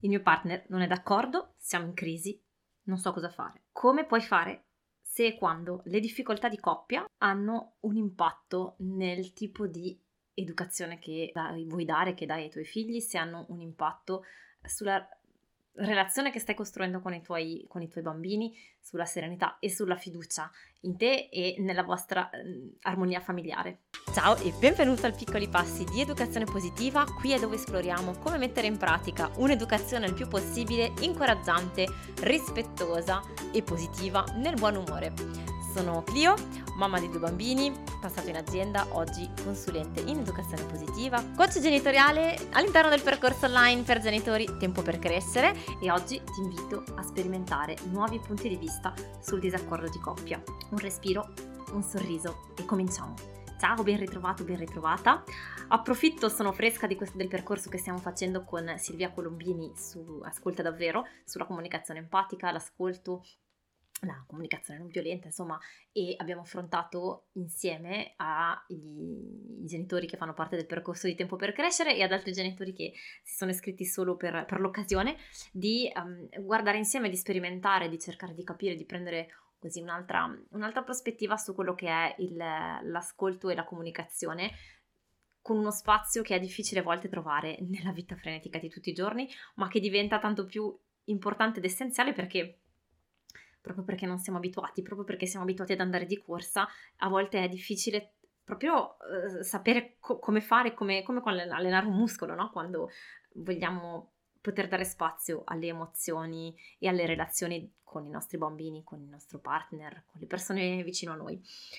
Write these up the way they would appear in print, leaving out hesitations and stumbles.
Il mio partner non è d'accordo, siamo in crisi, non so cosa fare. Come puoi fare se e quando le difficoltà di coppia hanno un impatto nel tipo di educazione che vuoi dare, che dai ai tuoi figli, se hanno un impatto sulla relazione che stai costruendo con i tuoi bambini, sulla serenità e sulla fiducia in te e nella vostra armonia familiare. Ciao e benvenuto al Piccoli Passi di Educazione Positiva, qui è dove esploriamo come mettere in pratica un'educazione il più possibile incoraggiante, rispettosa e positiva nel buon umore. Sono Clio, mamma di 2 bambini, passato in azienda, oggi consulente in educazione positiva, coach genitoriale all'interno del percorso online per genitori Tempo per Crescere e oggi ti invito a sperimentare nuovi punti di vista sul disaccordo di coppia. Un respiro, un sorriso e cominciamo. Ciao, ben ritrovato, ben ritrovata. Approfitto, sono fresca del percorso che stiamo facendo con Silvia Colombini su Ascolta Davvero, sulla comunicazione empatica, l'ascolto, la comunicazione non violenta, insomma, e abbiamo affrontato insieme ai genitori che fanno parte del percorso di Tempo per Crescere e ad altri genitori che si sono iscritti solo per l'occasione di guardare insieme, di sperimentare, di cercare di capire, di prendere così un'altra prospettiva su quello che è l'ascolto e la comunicazione, con uno spazio che è difficile a volte trovare nella vita frenetica di tutti i giorni, ma che diventa tanto più importante ed essenziale proprio perché non siamo abituati, proprio perché siamo abituati ad andare di corsa, a volte è difficile proprio sapere come fare, come allenare un muscolo, no? Quando vogliamo poter dare spazio alle emozioni e alle relazioni con i nostri bambini, con il nostro partner, con le persone vicino a noi.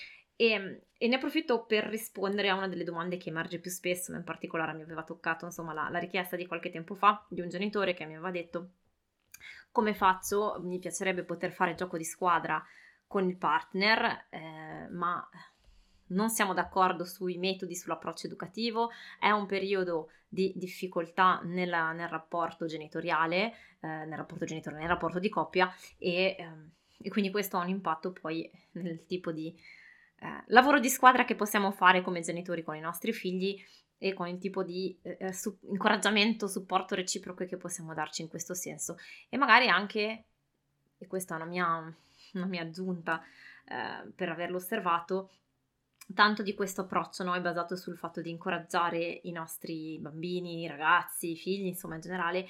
E ne approfitto per rispondere a una delle domande che emerge più spesso, ma in particolare mi aveva toccato insomma la richiesta di qualche tempo fa di un genitore che mi aveva detto: come faccio? Mi piacerebbe poter fare gioco di squadra con il partner, ma non siamo d'accordo sui metodi, sull'approccio educativo, è un periodo di difficoltà nel rapporto genitoriale, nel rapporto di coppia e quindi questo ha un impatto poi nel tipo di lavoro di squadra che possiamo fare come genitori con i nostri figli e con il tipo di incoraggiamento, supporto reciproco che possiamo darci in questo senso. E magari anche, e questa è una mia aggiunta per averlo osservato, tanto di questo approccio, no, è basato sul fatto di incoraggiare i nostri bambini, i ragazzi, i figli, insomma in generale,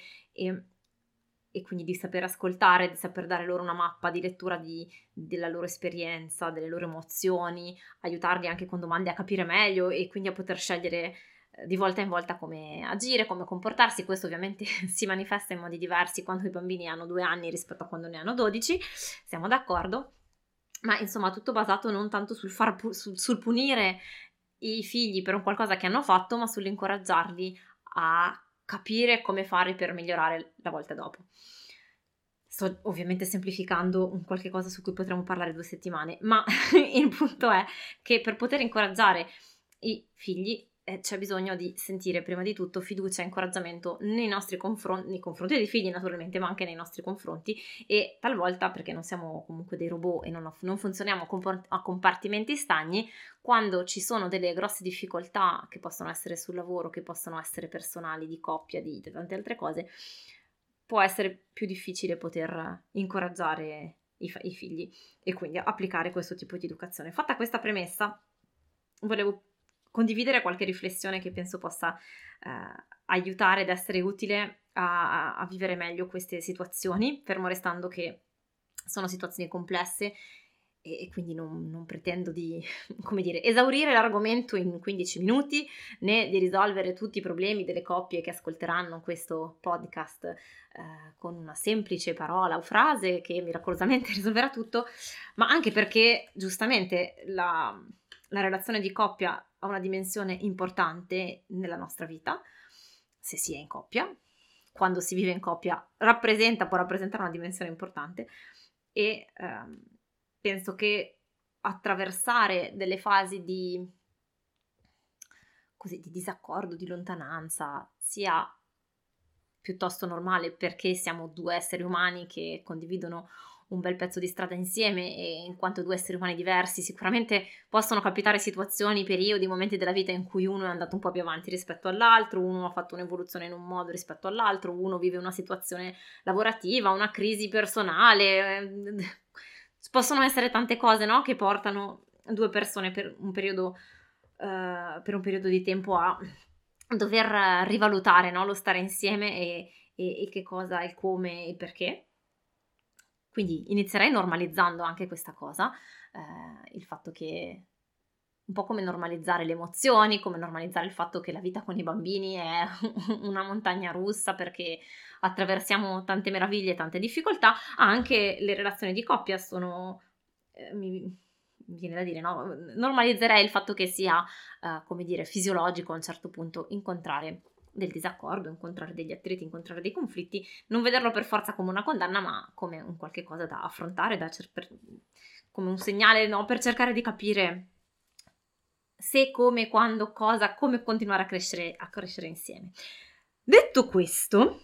e quindi di saper ascoltare, di saper dare loro una mappa di lettura della loro esperienza, delle loro emozioni, aiutarli anche con domande a capire meglio e quindi a poter scegliere di volta in volta come agire, come comportarsi. Questo ovviamente si manifesta in modi diversi quando i bambini hanno 2 anni rispetto a quando ne hanno 12, siamo d'accordo, ma insomma tutto basato non tanto sul punire i figli per un qualcosa che hanno fatto, ma sull'incoraggiarli a capire come fare per migliorare la volta dopo. Sto ovviamente semplificando un qualche cosa su cui potremo parlare 2 settimane, ma il punto è che per poter incoraggiare i figli c'è bisogno di sentire prima di tutto fiducia e incoraggiamento nei confronti dei figli naturalmente, ma anche nei nostri confronti e talvolta, perché non siamo comunque dei robot e non funzioniamo a compartimenti stagni, quando ci sono delle grosse difficoltà che possono essere sul lavoro, che possono essere personali, di coppia, di tante altre cose, può essere più difficile poter incoraggiare i figli e quindi applicare questo tipo di educazione. Fatta questa premessa, volevo condividere qualche riflessione che penso possa aiutare ed essere utile a vivere meglio queste situazioni, fermo restando che sono situazioni complesse e quindi non pretendo di, come dire, esaurire l'argomento in 15 minuti né di risolvere tutti i problemi delle coppie che ascolteranno questo podcast con una semplice parola o frase che miracolosamente risolverà tutto, ma anche perché giustamente la relazione di coppia ha una dimensione importante nella nostra vita, se si è in coppia, quando si vive in coppia può rappresentare una dimensione importante e penso che attraversare delle fasi di disaccordo, di lontananza sia piuttosto normale perché siamo 2 esseri umani che condividono un bel pezzo di strada insieme e in quanto due esseri umani diversi sicuramente possono capitare situazioni, periodi, momenti della vita in cui uno è andato un po' più avanti rispetto all'altro, uno ha fatto un'evoluzione in un modo rispetto all'altro, uno vive una situazione lavorativa, una crisi personale, possono essere tante cose, no? Che portano due persone per un periodo di tempo a dover rivalutare, no? Lo stare insieme e che cosa, il come, il perché. Quindi inizierei normalizzando anche questa cosa, il fatto che un po' come normalizzare le emozioni, come normalizzare il fatto che la vita con i bambini è una montagna russa perché attraversiamo tante meraviglie e tante difficoltà, anche le relazioni di coppia sono, mi viene da dire, no? Normalizzerei il fatto che sia, come dire, fisiologico a un certo punto incontrare del disaccordo, incontrare degli attriti, incontrare dei conflitti, non vederlo per forza come una condanna, ma come un qualche cosa da affrontare, come un segnale, no? Per cercare di capire se, come, quando, cosa, come continuare a crescere insieme. Detto questo,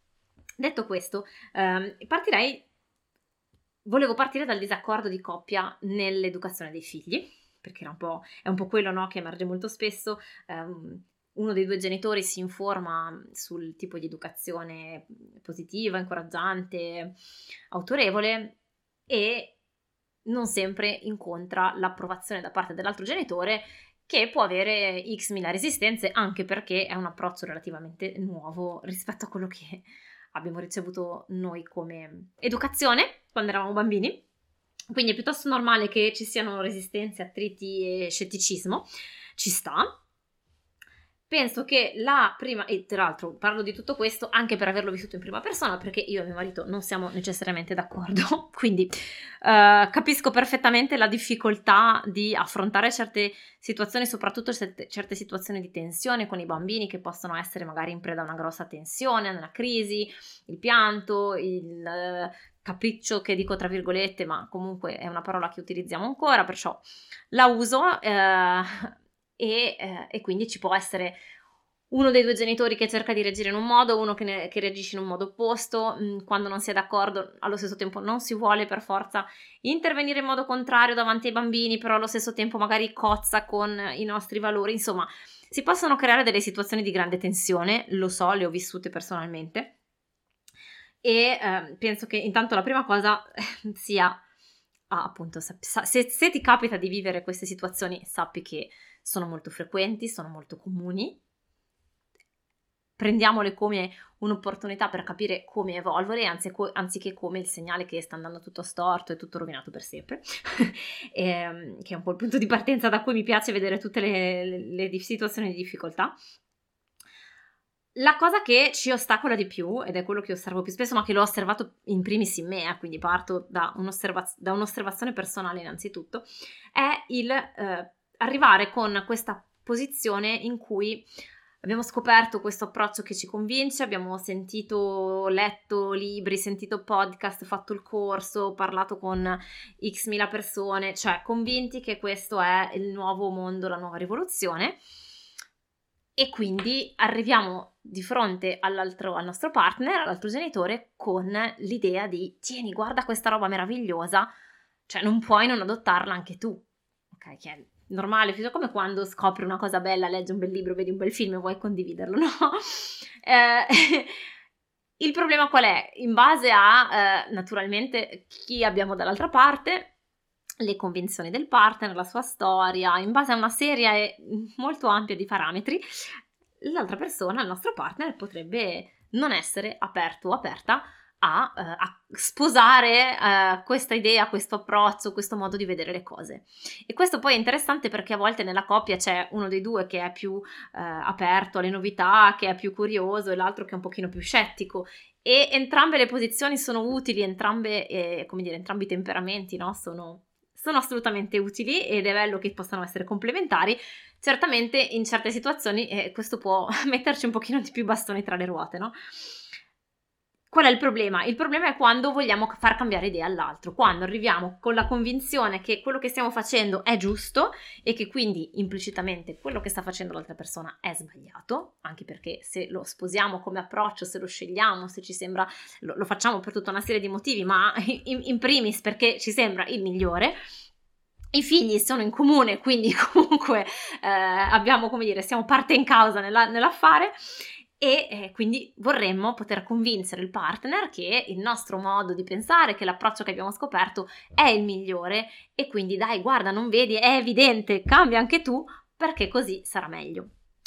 volevo partire dal disaccordo di coppia nell'educazione dei figli, perché è un po' quello, no, che emerge molto spesso. Uno dei due genitori si informa sul tipo di educazione positiva, incoraggiante, autorevole e non sempre incontra l'approvazione da parte dell'altro genitore, che può avere x mila resistenze, anche perché è un approccio relativamente nuovo rispetto a quello che abbiamo ricevuto noi come educazione quando eravamo bambini. Quindi è piuttosto normale che ci siano resistenze, attriti e scetticismo, ci sta. Penso che la prima, e tra l'altro parlo di tutto questo anche per averlo vissuto in prima persona, perché io e mio marito non siamo necessariamente d'accordo, quindi capisco perfettamente la difficoltà di affrontare certe situazioni, soprattutto certe situazioni di tensione con i bambini che possono essere magari in preda a una grossa tensione, una crisi, il pianto, il capriccio, che dico tra virgolette, ma comunque è una parola che utilizziamo ancora, perciò la uso. E quindi ci può essere uno dei due genitori che cerca di reagire in un modo, uno che reagisce in un modo opposto. Quando non si è d'accordo, allo stesso tempo non si vuole per forza intervenire in modo contrario davanti ai bambini, però allo stesso tempo magari cozza con i nostri valori. Insomma, si possono creare delle situazioni di grande tensione, lo so, le ho vissute personalmente, e penso che intanto la prima cosa sia appunto, se ti capita di vivere queste situazioni, sappi che sono molto frequenti, sono molto comuni. Prendiamole come un'opportunità per capire come evolvere, anziché come il segnale che sta andando tutto storto e tutto rovinato per sempre, che è un po' il punto di partenza da cui mi piace vedere tutte le situazioni di difficoltà. La cosa che ci ostacola di più, ed è quello che osservo più spesso, ma che l'ho osservato in primis in me, quindi parto da un'osservazione personale innanzitutto, è il arrivare con questa posizione in cui abbiamo scoperto questo approccio che ci convince, abbiamo letto libri, sentito podcast, fatto il corso, parlato con x mila persone, cioè convinti che questo è il nuovo mondo, la nuova rivoluzione. E quindi arriviamo di fronte al nostro partner, all'altro genitore, con l'idea di tieni, guarda questa roba meravigliosa, cioè non puoi non adottarla anche tu, ok? Che è normale, come quando scopri una cosa bella, leggi un bel libro, vedi un bel film e vuoi condividerlo, no? Il problema qual è? In base a naturalmente chi abbiamo dall'altra parte, le convinzioni del partner, la sua storia, in base a una serie molto ampia di parametri, l'altra persona, il nostro partner, potrebbe non essere aperto o aperta a sposare questa idea, questo approccio, questo modo di vedere le cose. E questo poi è interessante perché a volte nella coppia c'è uno dei due che è più aperto alle novità, che è più curioso, e l'altro che è un pochino più scettico. E entrambe le posizioni sono utili, entrambi i temperamenti, no? Sono assolutamente utili ed è bello che possano essere complementari. Certamente in certe situazioni questo può metterci un pochino di più bastoni tra le ruote, no? Qual è il problema? Il problema è quando vogliamo far cambiare idea all'altro, quando arriviamo con la convinzione che quello che stiamo facendo è giusto e che quindi implicitamente quello che sta facendo l'altra persona è sbagliato, anche perché se lo sposiamo come approccio, se lo scegliamo, se ci sembra, lo facciamo per tutta una serie di motivi, ma in primis perché ci sembra il migliore. I figli sono in comune, quindi comunque abbiamo, come dire, siamo parte in causa nell'affare. E quindi vorremmo poter convincere il partner che il nostro modo di pensare, che l'approccio che abbiamo scoperto è il migliore e quindi dai, guarda, non vedi, è evidente, cambia anche tu perché così sarà meglio.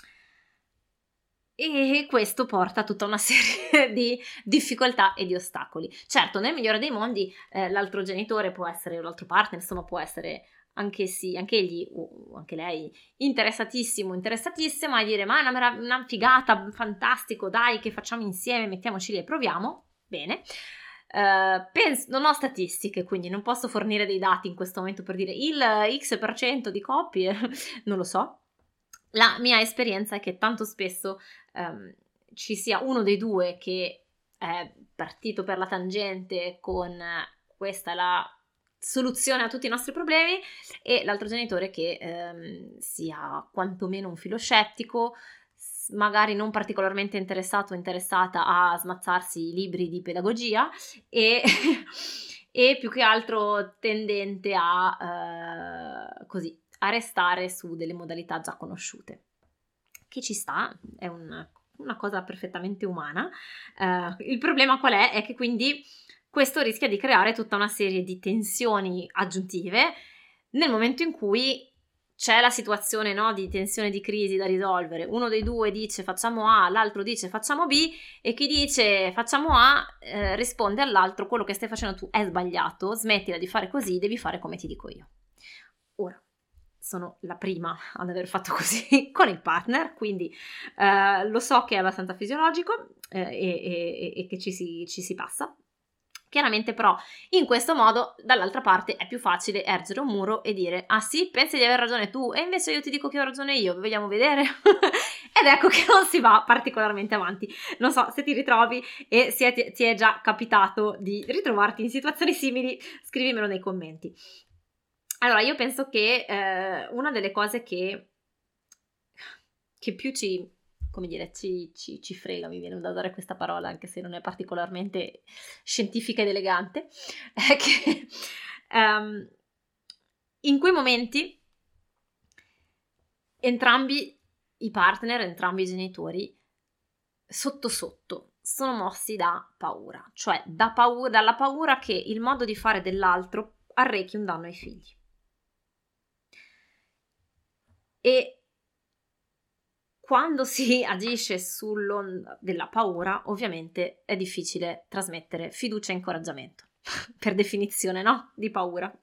E questo porta a tutta una serie di difficoltà e di ostacoli. Certo, nel migliore dei mondi l'altro genitore può essere, l'altro partner, insomma, può essere anche egli o anche lei interessatissima a dire ma è una figata, fantastico, dai che facciamo insieme, mettiamoci lì e proviamo, bene. Non ho statistiche, quindi non posso fornire dei dati in questo momento per dire il X% di coppie, non lo so. La mia esperienza è che tanto spesso ci sia uno dei due che è partito per la tangente con questa è la soluzione a tutti i nostri problemi e l'altro genitore che sia quantomeno un filo scettico, magari non particolarmente interessato o interessata a smazzarsi i libri di pedagogia e, e più che altro tendente a restare su delle modalità già conosciute. Che ci sta, è una cosa perfettamente umana. Il problema qual è? È che quindi questo rischia di creare tutta una serie di tensioni aggiuntive nel momento in cui c'è la situazione, no, di tensione, di crisi da risolvere. Uno dei due dice facciamo A, l'altro dice facciamo B e chi dice facciamo A risponde all'altro quello che stai facendo tu è sbagliato, smettila di fare così, devi fare come ti dico io. Ora, sono la prima ad aver fatto così con il partner, quindi lo so che è abbastanza fisiologico e che ci si passa. Chiaramente però in questo modo dall'altra parte è più facile ergere un muro e dire ah sì, pensi di aver ragione tu e invece io ti dico che ho ragione io, vogliamo vedere? Ed ecco che non si va particolarmente avanti. Non so se ti ritrovi e se ti è già capitato di ritrovarti in situazioni simili, scrivimelo nei commenti. Allora, io penso che una delle cose che più ci frega, mi viene da usare questa parola anche se non è particolarmente scientifica ed elegante, è che in quei momenti entrambi i partner, entrambi i genitori, sotto sotto sono mossi da paura, cioè dalla paura che il modo di fare dell'altro arrechi un danno ai figli. E quando si agisce sull'onda della paura, ovviamente è difficile trasmettere fiducia e incoraggiamento, per definizione, no? Di paura.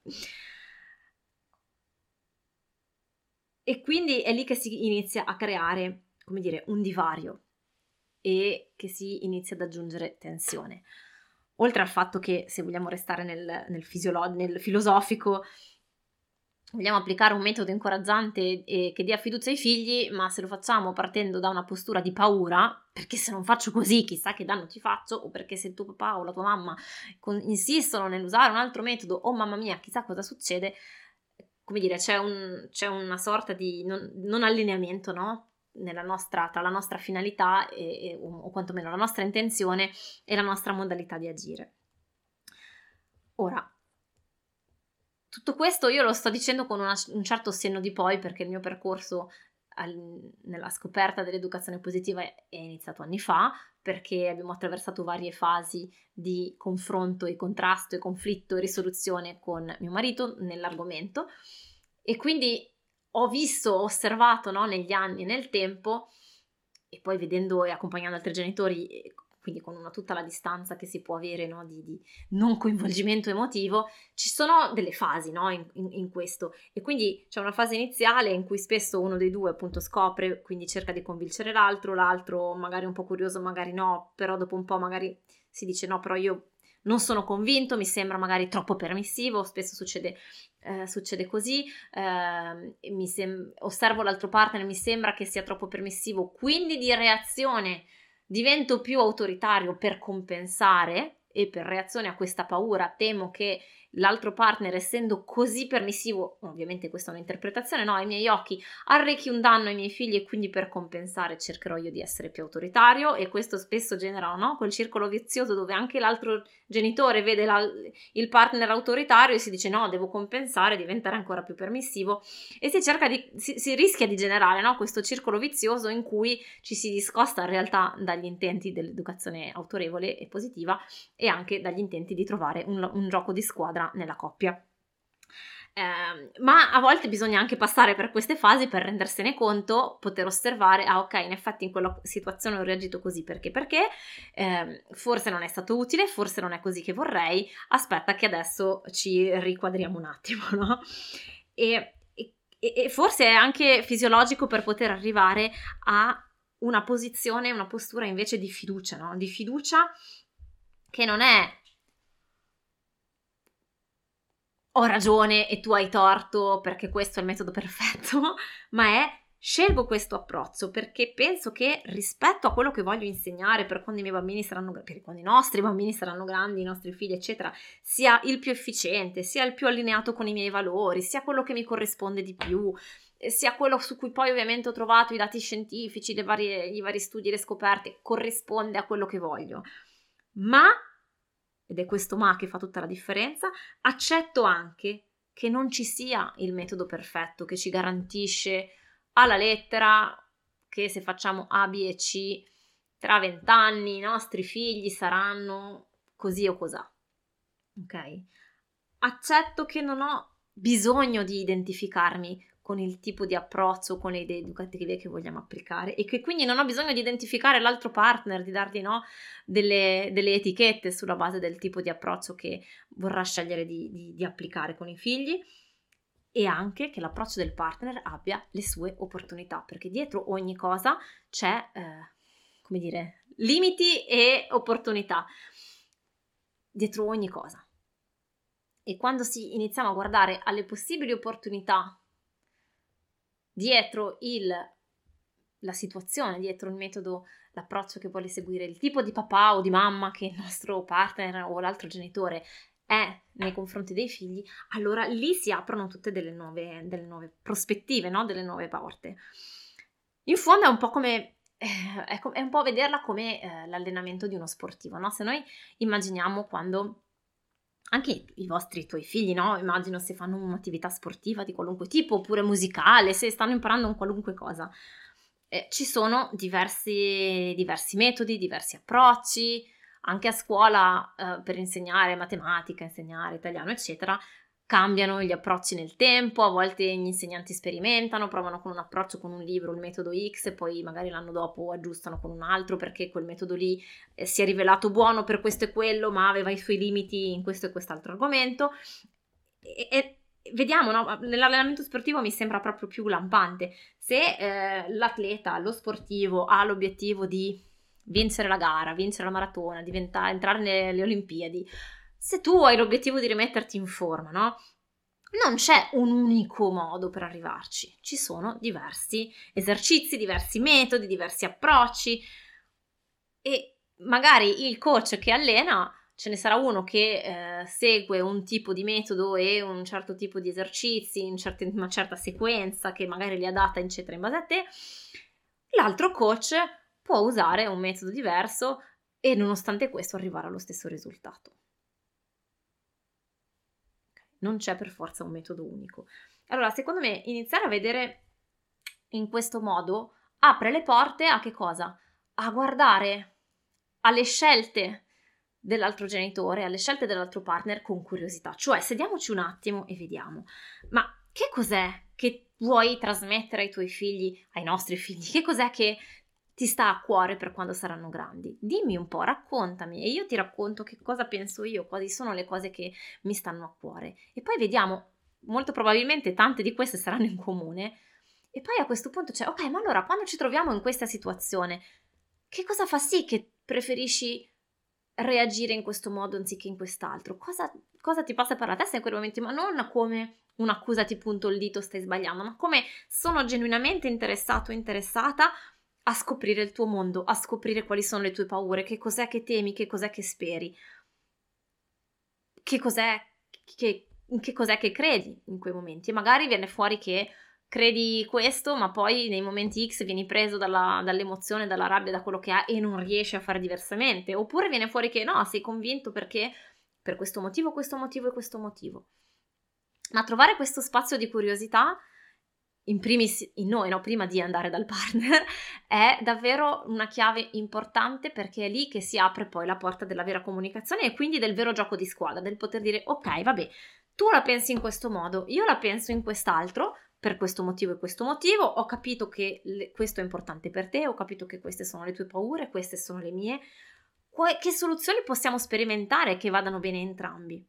E quindi è lì che si inizia a creare, come dire, un divario e che si inizia ad aggiungere tensione. Oltre al fatto che, se vogliamo restare nel filosofico, vogliamo applicare un metodo incoraggiante e che dia fiducia ai figli, ma se lo facciamo partendo da una postura di paura, perché se non faccio così chissà che danno ti faccio, o perché se tuo papà o la tua mamma insistono nell'usare un altro metodo, o mamma mia chissà cosa succede, come dire, c'è una sorta di non allineamento, no? Tra la nostra finalità o quantomeno la nostra intenzione e la nostra modalità di agire. Ora, tutto questo io lo sto dicendo con un certo senno di poi perché il mio percorso nella scoperta dell'educazione positiva è iniziato anni fa, perché abbiamo attraversato varie fasi di confronto e contrasto e conflitto e risoluzione con mio marito nell'argomento e quindi ho osservato, no, negli anni e nel tempo e poi vedendo e accompagnando altri genitori quindi con tutta la distanza che si può avere, no, di non coinvolgimento emotivo, ci sono delle fasi, no, in questo. E quindi c'è una fase iniziale in cui spesso uno dei due appunto scopre, quindi cerca di convincere l'altro magari un po' curioso, magari no, però dopo un po' magari si dice no, però io non sono convinto, mi sembra magari troppo permissivo, spesso succede così, osservo l'altro partner, mi sembra che sia troppo permissivo, quindi di reazione divento più autoritario per compensare e per reazione a questa paura temo che l'altro partner, essendo così permissivo, ovviamente questa è un'interpretazione, no, ai miei occhi, arrechi un danno ai miei figli e quindi per compensare cercherò io di essere più autoritario, e questo spesso genera, no, quel circolo vizioso dove anche l'altro genitore vede il partner autoritario e si dice no, devo compensare, diventare ancora più permissivo, e si rischia di generare, no, questo circolo vizioso in cui ci si discosta in realtà dagli intenti dell'educazione autorevole e positiva e anche dagli intenti di trovare un gioco di squadra nella coppia. Ma a volte bisogna anche passare per queste fasi per rendersene conto, poter osservare, ok, in effetti in quella situazione ho reagito così perché, forse non è stato utile, forse non è così che vorrei, aspetta che adesso ci riquadriamo un attimo, no? E forse è anche fisiologico per poter arrivare a una posizione, una postura invece di fiducia, no? Di fiducia che non è ho ragione e tu hai torto perché questo è il metodo perfetto, ma è scelgo questo approccio perché penso che rispetto a quello che voglio insegnare per quando i miei bambini saranno, per quando i nostri bambini saranno grandi, i nostri figli eccetera, sia il più efficiente, sia il più allineato con i miei valori, sia quello che mi corrisponde di più, sia quello su cui poi ovviamente ho trovato i dati scientifici, i vari studi, le scoperte, corrisponde a quello che voglio. Ma, ed è questo ma che fa tutta la differenza, accetto anche che non ci sia il metodo perfetto che ci garantisce alla lettera che se facciamo A, B e C tra 20 anni i nostri figli saranno così o cosà. Ok? Accetto che non ho bisogno di identificarmi con il tipo di approccio, con le idee educative che vogliamo applicare e che quindi non ho bisogno di identificare l'altro partner, di dargli delle etichette sulla base del tipo di approccio che vorrà scegliere di applicare con i figli, e anche che l'approccio del partner abbia le sue opportunità, perché dietro ogni cosa c'è, come dire, limiti e opportunità, dietro ogni cosa. E quando iniziamo a guardare alle possibili opportunità dietro la situazione, dietro il metodo, l'approccio che vuole seguire il tipo di papà o di mamma che il nostro partner o l'altro genitore è nei confronti dei figli, allora lì si aprono tutte delle nuove prospettive, no? Delle nuove porte. In fondo è un po' come è un po' vederla come l'allenamento di uno sportivo, no? Se noi immaginiamo quando anche i tuoi figli, no? Immagino se fanno un'attività sportiva di qualunque tipo, oppure musicale, se stanno imparando un qualunque cosa. Ci sono diversi metodi, diversi approcci, anche a scuola per insegnare matematica, insegnare italiano, eccetera, cambiano gli approcci nel tempo, a volte gli insegnanti sperimentano, provano con un approccio, con un libro, il metodo X, e poi magari l'anno dopo aggiustano con un altro perché quel metodo lì si è rivelato buono per questo e quello, ma aveva i suoi limiti in questo e quest'altro argomento. E vediamo, no? Nell'allenamento sportivo mi sembra proprio più lampante. Se l'atleta, lo sportivo ha l'obiettivo di vincere la gara, vincere la maratona, entrare nelle Olimpiadi, se tu hai l'obiettivo di rimetterti in forma, no? Non c'è un unico modo per arrivarci, ci sono diversi esercizi, diversi metodi, diversi approcci, e magari il coach che allena, ce ne sarà uno che segue un tipo di metodo e un certo tipo di esercizi, una certa sequenza che magari li ha data eccetera in base a te, l'altro coach può usare un metodo diverso e nonostante questo arrivare allo stesso risultato. Non c'è per forza un metodo unico. Allora, secondo me, iniziare a vedere in questo modo apre le porte a che cosa? A guardare alle scelte dell'altro genitore, alle scelte dell'altro partner con curiosità. Cioè, sediamoci un attimo e vediamo, ma che cos'è che vuoi trasmettere ai tuoi figli, ai nostri figli? Che cos'è che ti sta a cuore per quando saranno grandi? Dimmi un po', raccontami e io ti racconto che cosa penso io, quali sono le cose che mi stanno a cuore. E poi vediamo, molto probabilmente tante di queste saranno in comune. E poi a questo punto c'è, ok, ma allora quando ci troviamo in questa situazione, che cosa fa sì che preferisci reagire in questo modo anziché in quest'altro? Cosa ti passa per la testa in quei momenti? Ma non come un'accusa, ti punto il dito, stai sbagliando, ma come sono genuinamente interessato o interessata a scoprire il tuo mondo, a scoprire quali sono le tue paure, che cos'è che temi, che cos'è che speri, in che cos'è che credi in quei momenti. E magari viene fuori che credi questo, ma poi nei momenti X vieni preso dall'emozione, dalla rabbia, da quello che ha e non riesci a fare diversamente. Oppure viene fuori che no, sei convinto perché per questo motivo, questo motivo e questo motivo. Ma trovare questo spazio di curiosità, in primis in noi, no? Prima di andare dal partner, è davvero una chiave importante, perché è lì che si apre poi la porta della vera comunicazione e quindi del vero gioco di squadra, del poter dire ok, vabbè, tu la pensi in questo modo, io la penso in quest'altro, per questo motivo e questo motivo, ho capito che questo è importante per te, ho capito che queste sono le tue paure, queste sono le mie, che soluzioni possiamo sperimentare che vadano bene entrambi?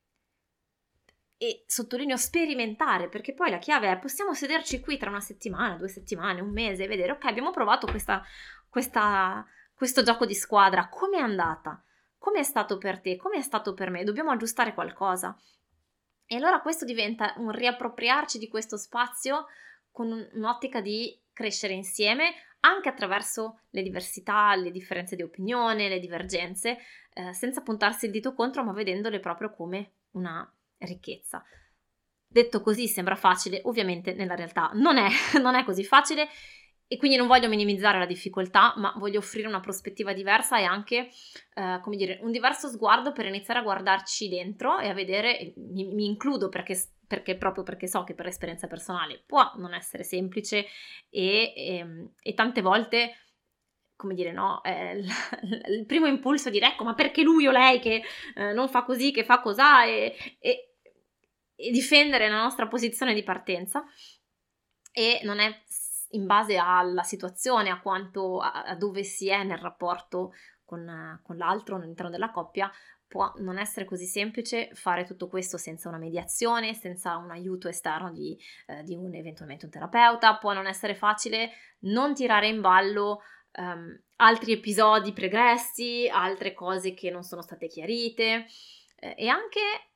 E sottolineo sperimentare, perché poi la chiave è: possiamo sederci qui tra 1 settimana, 2 settimane, 1 mese e vedere, ok, abbiamo provato questo gioco di squadra, com'è andata? Com'è stato per te? Com'è stato per me? Dobbiamo aggiustare qualcosa? E allora questo diventa un riappropriarci di questo spazio con un'ottica di crescere insieme, anche attraverso le diversità, le differenze di opinione, le divergenze, senza puntarsi il dito contro, ma vedendole proprio come una ricchezza. Detto così sembra facile, ovviamente nella realtà non è, non è così facile, e quindi non voglio minimizzare la difficoltà, ma voglio offrire una prospettiva diversa e anche, come dire, un diverso sguardo per iniziare a guardarci dentro e a vedere, mi includo perché proprio perché so che per esperienza personale può non essere semplice e tante volte, come dire, no, il primo impulso è dire ecco, ma perché lui o lei che non fa così, che fa cosà, e difendere la nostra posizione di partenza, e non è in base alla situazione, a quanto a dove si è nel rapporto con l'altro all'interno della coppia. Può non essere così semplice fare tutto questo senza una mediazione, senza un aiuto esterno di eventualmente un terapeuta. Può non essere facile non tirare in ballo altri episodi pregressi, altre cose che non sono state chiarite, e anche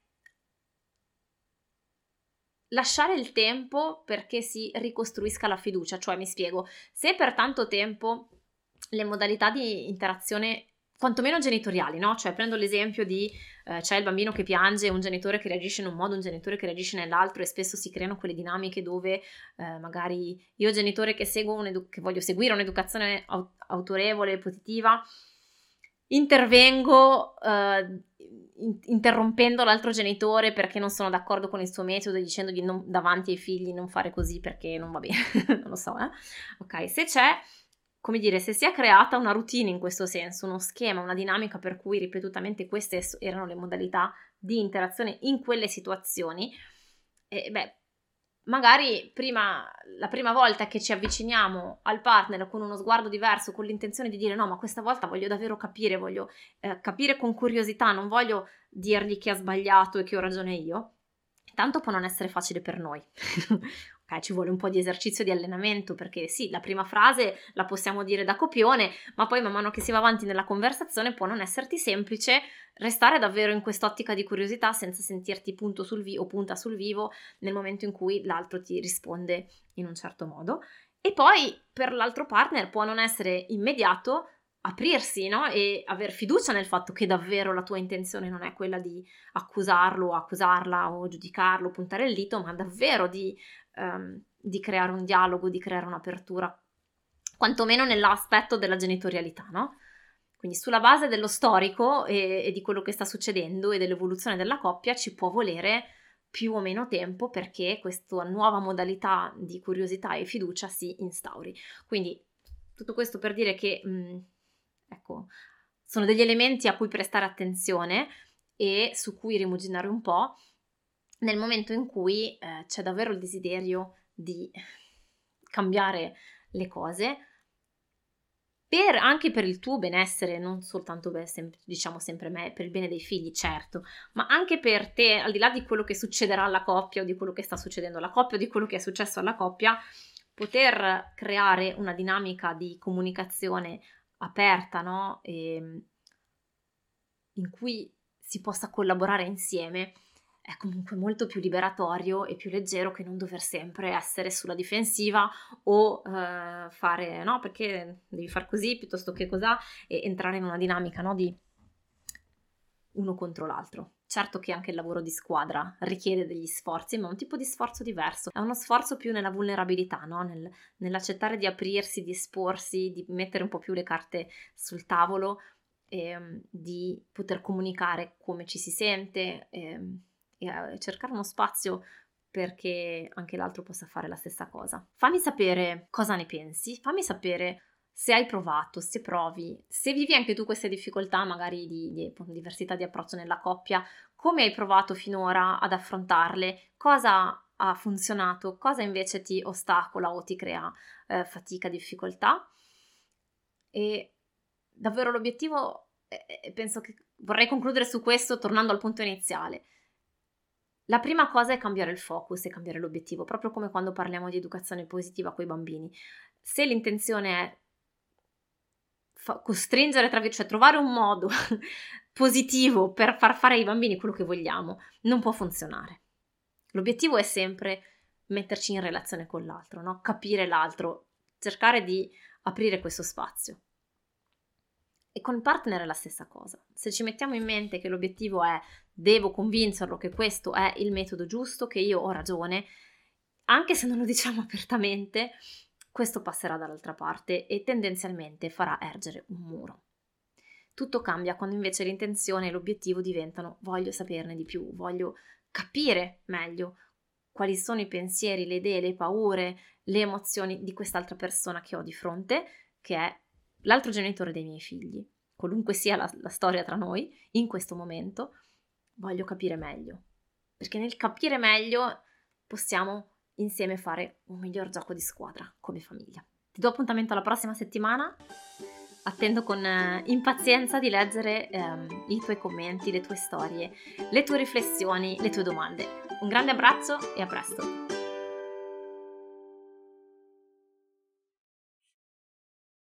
lasciare il tempo perché si ricostruisca la fiducia. Cioè, mi spiego, se per tanto tempo le modalità di interazione, quantomeno genitoriali, no? Cioè, prendo l'esempio di c'è il bambino che piange, un genitore che reagisce in un modo, un genitore che reagisce nell'altro, e spesso si creano quelle dinamiche dove magari io genitore che che voglio seguire un'educazione autorevole e positiva, intervengo interrompendo l'altro genitore perché non sono d'accordo con il suo metodo e dicendogli davanti ai figli non fare così perché non va bene, non lo so, ok, se c'è, come dire, se si è creata una routine in questo senso, uno schema, una dinamica per cui ripetutamente queste erano le modalità di interazione in quelle situazioni, magari la prima volta che ci avviciniamo al partner con uno sguardo diverso, con l'intenzione di dire no, ma questa volta voglio davvero capire, voglio capire con curiosità, non voglio dirgli che ha sbagliato e che ho ragione io, tanto può non essere facile per noi. Ok, ci vuole un po' di esercizio di allenamento, perché sì, la prima frase la possiamo dire da copione, ma poi man mano che si va avanti nella conversazione può non esserti semplice restare davvero in quest'ottica di curiosità senza sentirti punta sul vivo nel momento in cui l'altro ti risponde in un certo modo. E poi per l'altro partner può non essere immediato aprirsi, no? E aver fiducia nel fatto che davvero la tua intenzione non è quella di accusarlo o accusarla o giudicarlo, puntare il dito, ma davvero di creare un dialogo, di creare un'apertura, quantomeno nell'aspetto della genitorialità, no? Quindi sulla base dello storico e di quello che sta succedendo e dell'evoluzione della coppia ci può volere più o meno tempo perché questa nuova modalità di curiosità e fiducia si instauri. Quindi tutto questo per dire che ecco, sono degli elementi a cui prestare attenzione e su cui rimuginare un po' nel momento in cui c'è davvero il desiderio di cambiare le cose, anche per il tuo benessere, non soltanto diciamo sempre per il bene dei figli, certo, ma anche per te, al di là di quello che succederà alla coppia o di quello che sta succedendo alla coppia o di quello che è successo alla coppia, poter creare una dinamica di comunicazione aperta, no? In cui si possa collaborare insieme è comunque molto più liberatorio e più leggero che non dover sempre essere sulla difensiva o fare no, perché devi far così piuttosto che cos'ha, e entrare in una dinamica, no, di uno contro l'altro. Certo che anche il lavoro di squadra richiede degli sforzi, ma è un tipo di sforzo diverso, è uno sforzo più nella vulnerabilità, no? Nell'accettare di aprirsi, di esporsi, di mettere un po' più le carte sul tavolo, di poter comunicare come ci si sente, e cercare uno spazio perché anche l'altro possa fare la stessa cosa. Fammi sapere cosa ne pensi, fammi sapere se hai provato, se provi, se vivi anche tu queste difficoltà magari di diversità di approccio nella coppia, come hai provato finora ad affrontarle, cosa ha funzionato, cosa invece ti ostacola o ti crea fatica, difficoltà. E davvero l'obiettivo, penso che vorrei concludere su questo tornando al punto iniziale. La prima cosa è cambiare il focus e cambiare l'obiettivo, proprio come quando parliamo di educazione positiva coi bambini. Se l'intenzione è costringere, cioè trovare un modo positivo per far fare ai bambini quello che vogliamo, non può funzionare. L'obiettivo è sempre metterci in relazione con l'altro, no? Capire l'altro, cercare di aprire questo spazio. E con il partner è la stessa cosa. Se ci mettiamo in mente che l'obiettivo è devo convincerlo che questo è il metodo giusto, che io ho ragione, anche se non lo diciamo apertamente, questo passerà dall'altra parte e tendenzialmente farà ergere un muro. Tutto cambia quando invece l'intenzione e l'obiettivo diventano voglio saperne di più, voglio capire meglio quali sono i pensieri, le idee, le paure, le emozioni di quest'altra persona che ho di fronte, che è l'altro genitore dei miei figli. Qualunque sia la storia tra noi, in questo momento, voglio capire meglio. Perché nel capire meglio possiamo insieme fare un miglior gioco di squadra come famiglia. Ti do appuntamento alla prossima settimana. Attendo con impazienza di leggere i tuoi commenti, le tue storie, le tue riflessioni, le tue domande. Un grande abbraccio e a presto!